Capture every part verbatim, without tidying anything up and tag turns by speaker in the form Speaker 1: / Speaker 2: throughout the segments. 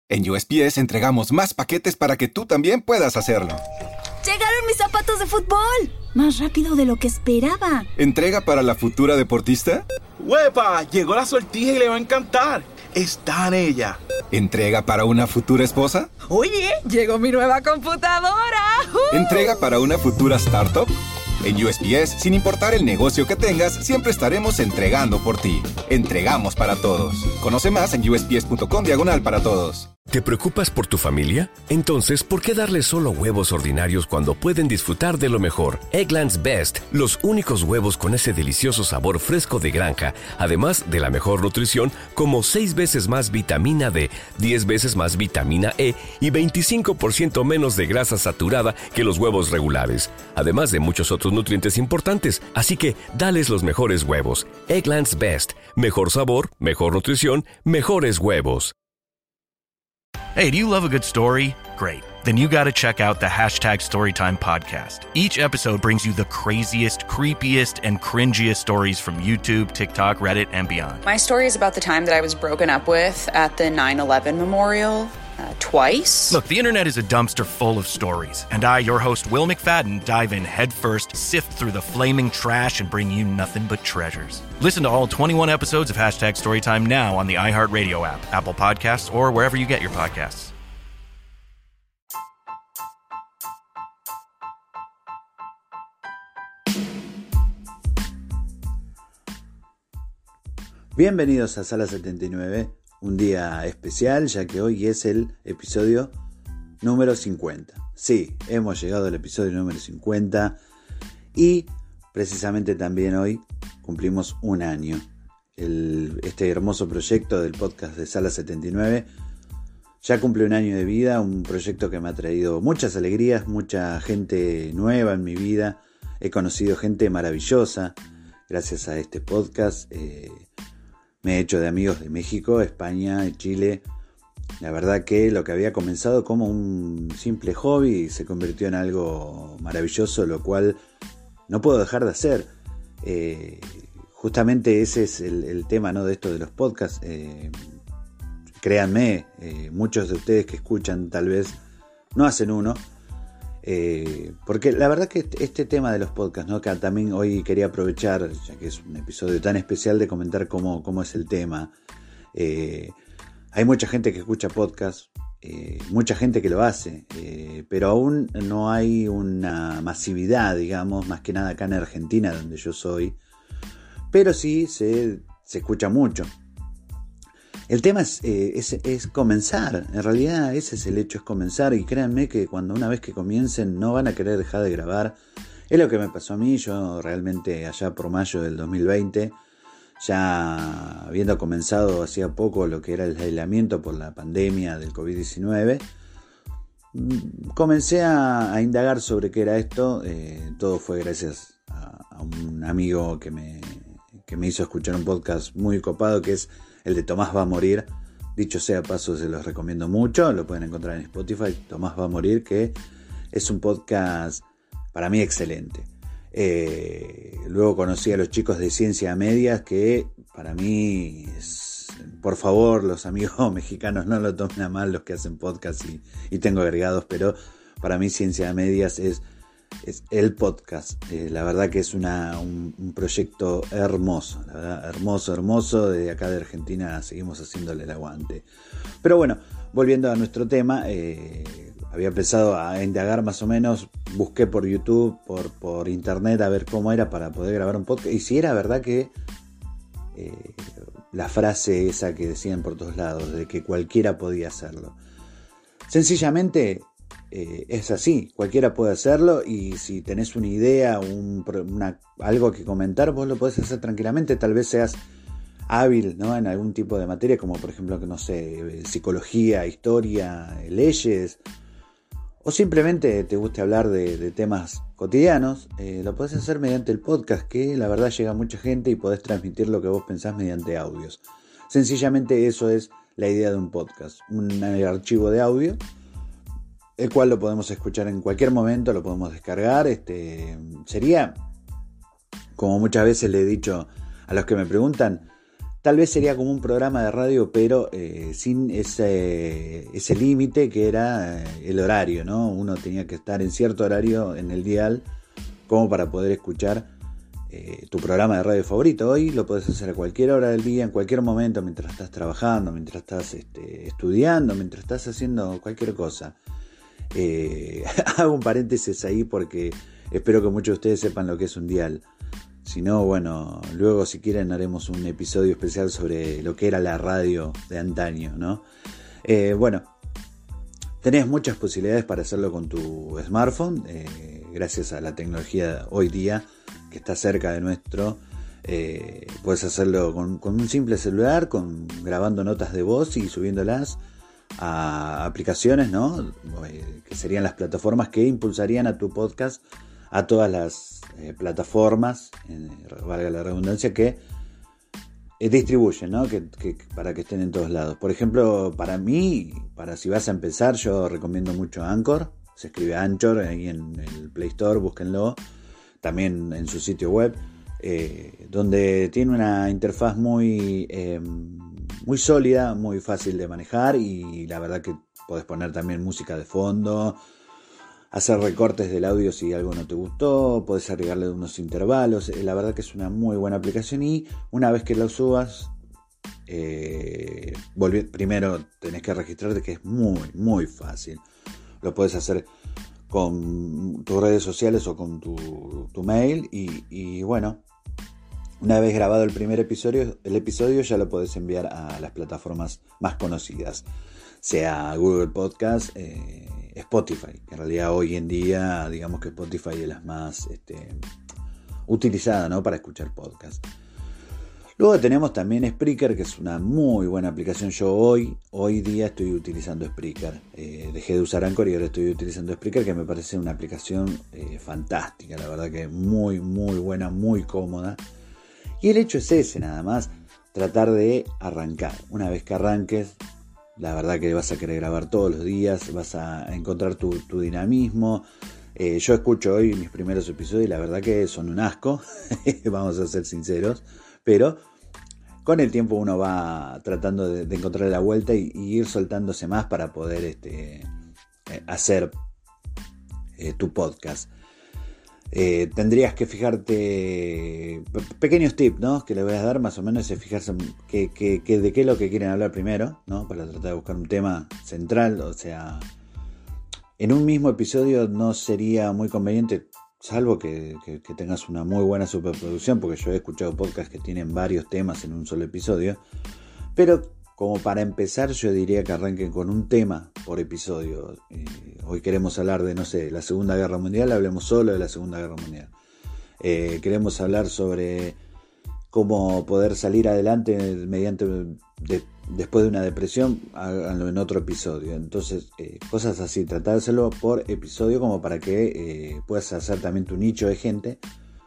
Speaker 1: En U S P S entregamos más paquetes para que tú también puedas hacerlo.
Speaker 2: ¡Llegaron mis zapatos de fútbol! Más rápido de lo que esperaba.
Speaker 1: ¿Entrega para la futura deportista?
Speaker 3: ¡Huepa! Llegó la sortija y le va a encantar. Está en ella.
Speaker 1: ¿Entrega para una futura esposa?
Speaker 2: Oye, llegó mi nueva computadora. ¡Uh!
Speaker 1: ¿Entrega para una futura startup? En U S P S, sin importar el negocio que tengas, siempre estaremos entregando por ti. Entregamos para todos. Conoce más en usps.com diagonal para todos.
Speaker 4: ¿Te preocupas por tu familia? Entonces, ¿por qué darles solo huevos ordinarios cuando pueden disfrutar de lo mejor? Eggland's Best, los únicos huevos con ese delicioso sabor fresco de granja, además de la mejor nutrición, como seis veces más vitamina D, diez veces más vitamina E y veinticinco por ciento menos de grasa saturada que los huevos regulares, además de muchos otros nutrientes importantes. Así que, dales los mejores huevos. Eggland's Best, mejor sabor, mejor nutrición, mejores huevos.
Speaker 5: Hey, do you love a good story? Great. Then you got to check out the Hashtag Storytime podcast. Each episode brings you the craziest, creepiest, and cringiest stories from YouTube, TikTok, Reddit, and beyond.
Speaker 6: My story is about the time that I was broken up with at the nine eleven memorial. Uh, twice?
Speaker 5: Look, the internet is a dumpster full of stories, and I, your host, Will McFadden, dive in headfirst, sift through the flaming trash, and bring you nothing but treasures. Listen to all twenty-one episodes of Hashtag Storytime now on the iHeartRadio app, Apple Podcasts, or wherever you get your podcasts.
Speaker 7: Bienvenidos a Sala setenta y nueve, un día especial ya que hoy es el episodio número cincuenta. Sí, hemos llegado al episodio número cincuenta y precisamente también hoy cumplimos un año. El, este hermoso proyecto del podcast de Sala setenta y nueve ya cumple un año de vida, un proyecto que me ha traído muchas alegrías, mucha gente nueva en mi vida. He conocido gente maravillosa gracias a este podcast. Eh, Me he hecho de amigos de México, España y Chile. La verdad que lo que había comenzado como un simple hobby se convirtió en algo maravilloso, lo cual no puedo dejar de hacer. Eh, justamente ese es el, el tema, ¿no?, de esto de los podcasts. Eh, créanme, eh, muchos de ustedes que escuchan tal vez no hacen uno. Eh, porque la verdad que este tema de los podcasts, ¿no?, que también hoy quería aprovechar, ya que es un episodio tan especial, de comentar cómo, cómo es el tema. Eh, hay mucha gente que escucha podcasts, eh, mucha gente que lo hace, eh, pero aún no hay una masividad, digamos, más que nada acá en Argentina, donde yo soy, pero sí se, se escucha mucho. El tema es, eh, es, es comenzar, en realidad ese es el hecho, es comenzar, y créanme que cuando una vez que comiencen no van a querer dejar de grabar. Es lo que me pasó a mí. Yo realmente allá por mayo del dos mil veinte, ya habiendo comenzado hacía poco lo que era el aislamiento por la pandemia del covid diecinueve, comencé a, a indagar sobre qué era esto. Eh, todo fue gracias a, a un amigo que me, que me hizo escuchar un podcast muy copado, que es el de Tomás va a morir. Dicho sea paso, se los recomiendo mucho. Lo pueden encontrar en Spotify, Tomás va a morir, que es un podcast para mí excelente. Eh, luego conocí a los chicos de Ciencia a Medias, que para mí es, por favor, los amigos mexicanos no lo tomen a mal, los que hacen podcast, y, y tengo agregados, pero para mí Ciencia a Medias es Es el podcast. Eh, la verdad que es una, un, un proyecto hermoso, la verdad, hermoso, hermoso. Desde acá de Argentina seguimos haciéndole el aguante. Pero bueno, volviendo a nuestro tema, eh, había empezado a indagar más o menos, busqué por YouTube, por, por internet, a ver cómo era para poder grabar un podcast. Y si era verdad que eh, la frase esa que decían por todos lados, de que cualquiera podía hacerlo. Sencillamente Eh, es así, cualquiera puede hacerlo, y si tenés una idea, un, una, algo que comentar, vos lo podés hacer tranquilamente. Tal vez seas hábil, ¿no?, en algún tipo de materia, como por ejemplo, que no sé, psicología, historia, leyes, o simplemente te guste hablar de, de temas cotidianos. Eh, lo podés hacer mediante el podcast, que la verdad llega a mucha gente y podés transmitir lo que vos pensás mediante audios. Sencillamente eso es la idea de un podcast, un archivo de audio, el cual lo podemos escuchar en cualquier momento, lo podemos descargar. Este, sería, como muchas veces le he dicho a los que me preguntan, tal vez sería como un programa de radio, pero eh, sin ese, ese límite que era eh, el horario, ¿no? Uno tenía que estar en cierto horario en el dial como para poder escuchar eh, tu programa de radio favorito. Hoy lo podés hacer a cualquier hora del día, en cualquier momento, mientras estás trabajando, mientras estás este, estudiando, mientras estás haciendo cualquier cosa. Eh, hago un paréntesis ahí porque espero que muchos de ustedes sepan lo que es un dial. Si no, bueno, luego si quieren haremos un episodio especial sobre lo que era la radio de antaño, ¿no? Eh, bueno, tenés muchas posibilidades para hacerlo con tu smartphone, eh, gracias a la tecnología hoy día que está cerca de nuestro. Eh, puedes hacerlo con, con un simple celular, con grabando notas de voz y subiéndolas a aplicaciones, ¿no? Eh, que serían las plataformas que impulsarían a tu podcast a todas las eh, plataformas, eh, valga la redundancia, que eh, distribuyen, ¿no? Que, que, para que estén en todos lados. Por ejemplo, para mí, para si vas a empezar, yo recomiendo mucho Anchor. Se escribe Anchor ahí en el Play Store, búsquenlo. También en su sitio web, eh, donde tiene una interfaz muy, eh, muy sólida, muy fácil de manejar, y la verdad que podés poner también música de fondo, hacer recortes del audio si algo no te gustó, podés agregarle unos intervalos. La verdad que es una muy buena aplicación, y una vez que la subas, eh, volví, primero tenés que registrarte, que es muy muy fácil. Lo podés hacer con tus redes sociales o con tu, tu mail, y, y bueno, una vez grabado el primer episodio, el episodio ya lo podés enviar a las plataformas más conocidas, sea Google Podcast, eh, Spotify, que en realidad hoy en día digamos que Spotify es la más este, utilizada, ¿no? Para escuchar podcast. Luego tenemos también Spreaker, que es una muy buena aplicación. Yo hoy, hoy día estoy utilizando Spreaker. Eh, dejé de usar Anchor y ahora estoy utilizando Spreaker, que me parece una aplicación eh, fantástica. La verdad que muy, muy buena, muy cómoda. Y el hecho es ese, nada más, tratar de arrancar. Una vez que arranques, la verdad que vas a querer grabar todos los días, vas a encontrar tu, tu dinamismo. Eh, yo escucho hoy mis primeros episodios y la verdad que son un asco, vamos a ser sinceros, pero con el tiempo uno va tratando de, de encontrar la vuelta y, y ir soltándose más para poder este, eh, hacer eh, tu podcast. Eh, tendrías que fijarte pe- pequeños tips, ¿no? Que le voy a dar más o menos, es fijarse que, que, que de qué es lo que quieren hablar primero, ¿no? Para tratar de buscar un tema central. O sea, en un mismo episodio no sería muy conveniente, salvo que, que, que tengas una muy buena superproducción, porque yo he escuchado podcasts que tienen varios temas en un solo episodio, pero como para empezar yo diría que arranquen con un tema por episodio. Eh, hoy queremos hablar de, no sé, la Segunda Guerra Mundial, hablemos solo de la Segunda Guerra Mundial. Eh, queremos hablar sobre cómo poder salir adelante mediante de, después de una depresión, háganlo en otro episodio. Entonces, eh, cosas así, tratar de hacerlo por episodio como para que eh, puedas hacer también tu nicho de gente.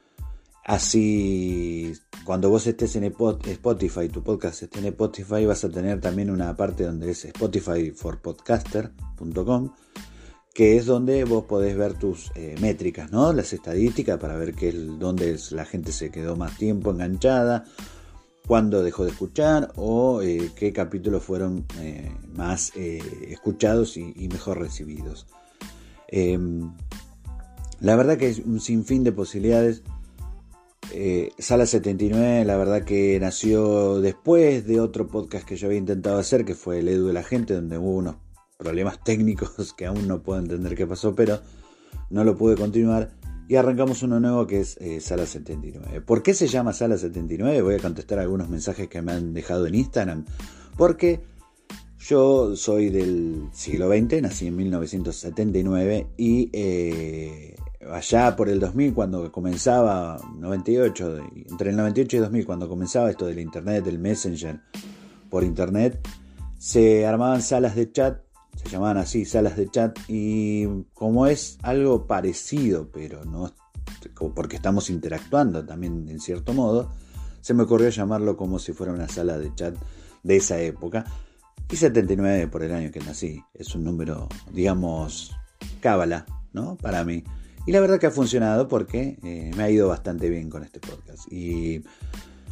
Speaker 7: Así, cuando vos estés en Spotify, tu podcast esté en Spotify, vas a tener también una parte donde es Spotify for podcaster punto com, que es donde vos podés ver tus eh, métricas, ¿no? Las estadísticas para ver qué es, dónde es, la gente se quedó más tiempo enganchada, cuándo dejó de escuchar o eh, qué capítulos fueron eh, más eh, escuchados y, y mejor recibidos. Eh, la verdad que es un sinfín de posibilidades. Eh, Sala setenta y nueve, la verdad que nació después de otro podcast que yo había intentado hacer, que fue el Edu de la Gente, donde hubo unos problemas técnicos que aún no puedo entender qué pasó, pero no lo pude continuar, y arrancamos uno nuevo que es eh, Sala setenta y nueve. ¿Por qué se llama Sala setenta y nueve? Voy a contestar algunos mensajes que me han dejado en Instagram, porque yo soy del siglo veinte, nací en mil novecientos setenta y nueve, y eh, allá por el dos mil, cuando comenzaba, noventa y ocho, entre el noventa y ocho y dos mil, cuando comenzaba esto del internet, del messenger por internet, se armaban salas de chat, se llamaban así, salas de chat, y como es algo parecido, pero no porque estamos interactuando también en cierto modo, se me ocurrió llamarlo como si fuera una sala de chat de esa época. Y setenta y nueve por el año que nací, es un número, digamos, cábala, ¿no? Para mí. Y la verdad que ha funcionado porque eh, me ha ido bastante bien con este podcast. Y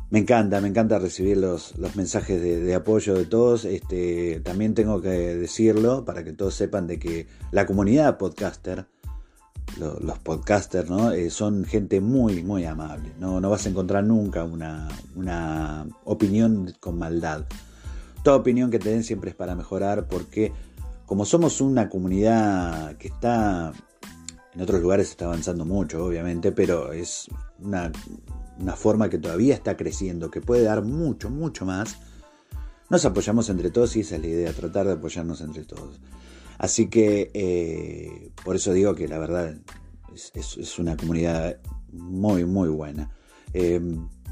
Speaker 7: Me encanta, me encanta recibir los, los mensajes de, de apoyo de todos. Este, también tengo que decirlo para que todos sepan de que la comunidad podcaster, lo, los podcasters, ¿no? Eh, son gente muy, muy amable. No, no vas a encontrar nunca una, una opinión con maldad. Toda opinión que te den siempre es para mejorar, porque como somos una comunidad que está, en otros lugares está avanzando mucho, obviamente, pero es una... una forma que todavía está creciendo, que puede dar mucho, mucho más. Nos apoyamos entre todos y esa es la idea, tratar de apoyarnos entre todos. Así que eh, por eso digo que la verdad es, es, es una comunidad muy, muy buena. Eh,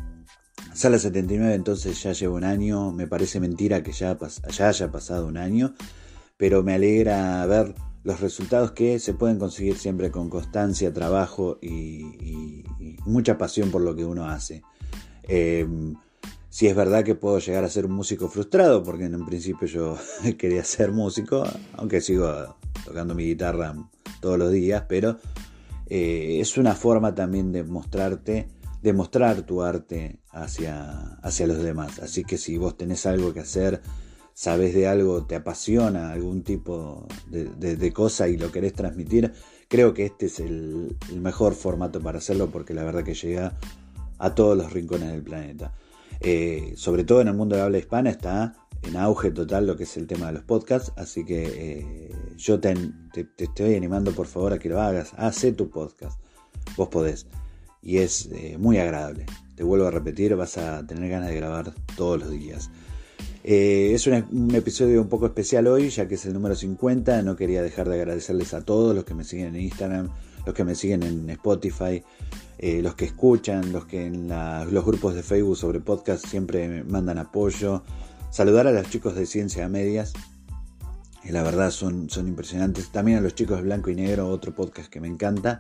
Speaker 7: Sala setenta y nueve entonces ya lleva un año, me parece mentira que ya, ya haya pasado un año, pero me alegra ver los resultados que se pueden conseguir siempre con constancia, trabajo y, y, y mucha pasión por lo que uno hace. Eh, si es verdad que puedo llegar a ser un músico frustrado, porque en un principio yo quería ser músico, aunque sigo tocando mi guitarra todos los días, pero eh, es una forma también de mostrarte, de mostrar tu arte hacia, hacia los demás. Así que si vos tenés algo que hacer, sabes de algo, te apasiona algún tipo de, de, de cosa y lo querés transmitir, creo que este es el, el mejor formato para hacerlo, porque la verdad que llega a todos los rincones del planeta. Eh, sobre todo en el mundo de habla hispana está en auge total lo que es el tema de los podcasts, así que eh, yo te, te, te estoy animando por favor a que lo hagas. Hacé tu podcast, vos podés, y es eh, muy agradable. Te vuelvo a repetir, vas a tener ganas de grabar todos los días. Eh, es un, un episodio un poco especial hoy, ya que es el número cincuenta. No quería dejar de agradecerles a todos los que me siguen en Instagram, los que me siguen en Spotify, eh, los que escuchan, los que en la, los grupos de Facebook sobre podcast siempre me mandan apoyo. Saludar a los chicos de Ciencia a Medias, que la verdad son, son impresionantes. También a los chicos de Blanco y Negro, otro podcast que me encanta.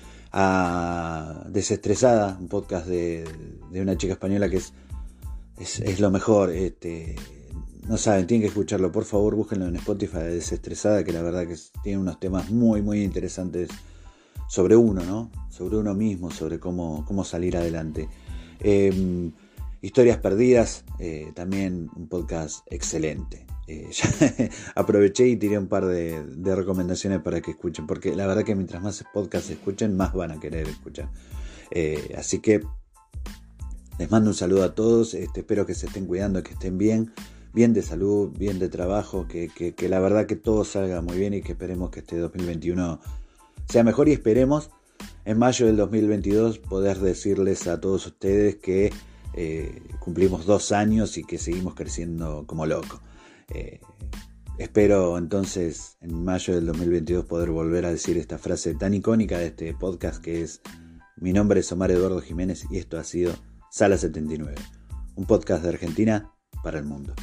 Speaker 7: A Desestresada, un podcast de, de una chica española que es Es, es lo mejor. Este, no saben, tienen que escucharlo, por favor, búsquenlo en Spotify, de Desestresada, que la verdad que tiene unos temas muy, muy interesantes sobre uno, ¿no? Sobre uno mismo, sobre cómo, cómo salir adelante. Eh, Historias Perdidas, eh, también un podcast excelente. Eh, ya aproveché y tiré un par de, de recomendaciones para que escuchen, porque la verdad que mientras más podcasts escuchen, más van a querer escuchar. Eh, así que les mando un saludo a todos, este, espero que se estén cuidando, que estén bien, bien de salud, bien de trabajo, que, que, que la verdad que todo salga muy bien y que esperemos que este dos mil veintiuno sea mejor, y esperemos en mayo del dos mil veintidós poder decirles a todos ustedes que eh, cumplimos dos años y que seguimos creciendo como locos. Eh, espero entonces en mayo del dos mil veintidós poder volver a decir esta frase tan icónica de este podcast, que es: mi nombre es Omar Eduardo Jiménez y esto ha sido Sala setenta y nueve, un podcast de Argentina para el mundo.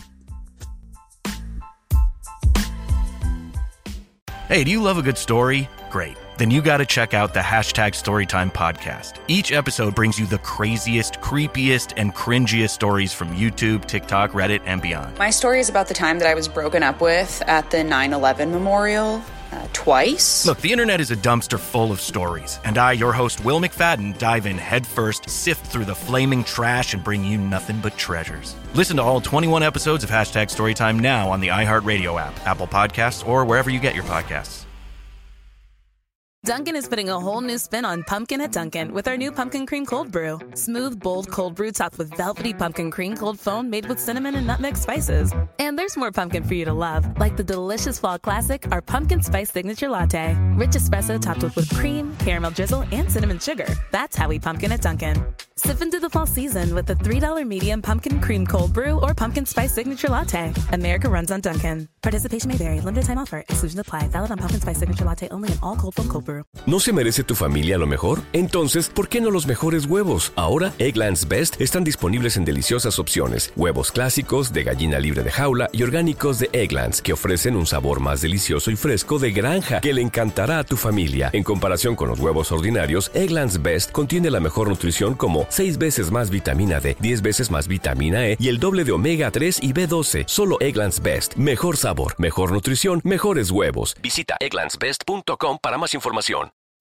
Speaker 5: Hey, do you love a good story? Great. Then you got to check out the Hashtag Storytime podcast. Each episode brings you the craziest, creepiest, and cringiest stories from YouTube, TikTok, Reddit, and beyond.
Speaker 6: My story is about the time that I was broken up with at the nine eleven memorial. Uh, twice?
Speaker 5: Look, the internet is a dumpster full of stories, and I, your host, Will McFadden, dive in headfirst, sift through the flaming trash, and bring you nothing but treasures. Listen to all twenty-one episodes of Hashtag Storytime now on the iHeartRadio app, Apple Podcasts, or wherever you get your podcasts.
Speaker 8: Dunkin' is putting a whole new spin on pumpkin at Dunkin' with our new Pumpkin Cream Cold Brew. Smooth, bold cold brew topped with velvety pumpkin cream cold foam made with cinnamon and nutmeg spices. And there's more pumpkin for you to love, like the delicious fall classic, our Pumpkin Spice Signature Latte. Rich espresso topped with whipped cream, caramel drizzle, and cinnamon sugar. That's how we pumpkin at Dunkin'. Sip into the fall season with the three dollar medium Pumpkin Cream Cold Brew or Pumpkin Spice Signature Latte. America runs on Dunkin'. Participation may vary. Limited time offer. Exclusions apply. Valid on Pumpkin Spice Signature Latte only in all cold foam cold brew.
Speaker 4: ¿No se merece tu familia lo mejor? Entonces, ¿por qué no los mejores huevos? Ahora, Eggland's Best están disponibles en deliciosas opciones. Huevos clásicos, de gallina libre de jaula y orgánicos de Eggland's, que ofrecen un sabor más delicioso y fresco de granja que le encantará a tu familia. En comparación con los huevos ordinarios, Eggland's Best contiene la mejor nutrición, como seis veces más vitamina D, diez veces más vitamina E y el doble de omega tres y B doce. Solo Eggland's Best. Mejor sabor, mejor nutrición, mejores huevos. Visita egglands best punto com para más información.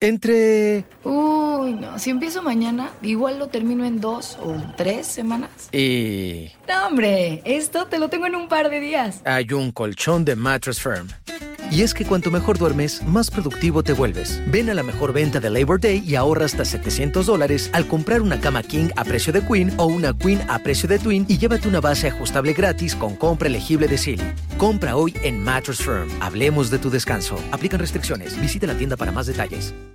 Speaker 9: Entre...
Speaker 10: Uy, no. Si empiezo mañana, igual lo termino en dos o tres semanas.
Speaker 9: Y...
Speaker 10: No, hombre. Esto te lo tengo en un par de días.
Speaker 9: Hay un colchón de Mattress Firm. Y es que cuanto mejor duermes, más productivo te vuelves. Ven a la mejor venta de Labor Day y ahorra hasta setecientos dólares al comprar una cama King a precio de Queen o una Queen a precio de Twin y llévate una base ajustable gratis con compra elegible de Sealy. Compra hoy en Mattress Firm. Hablemos de tu descanso. Aplican restricciones. Visita la tienda para más detalles.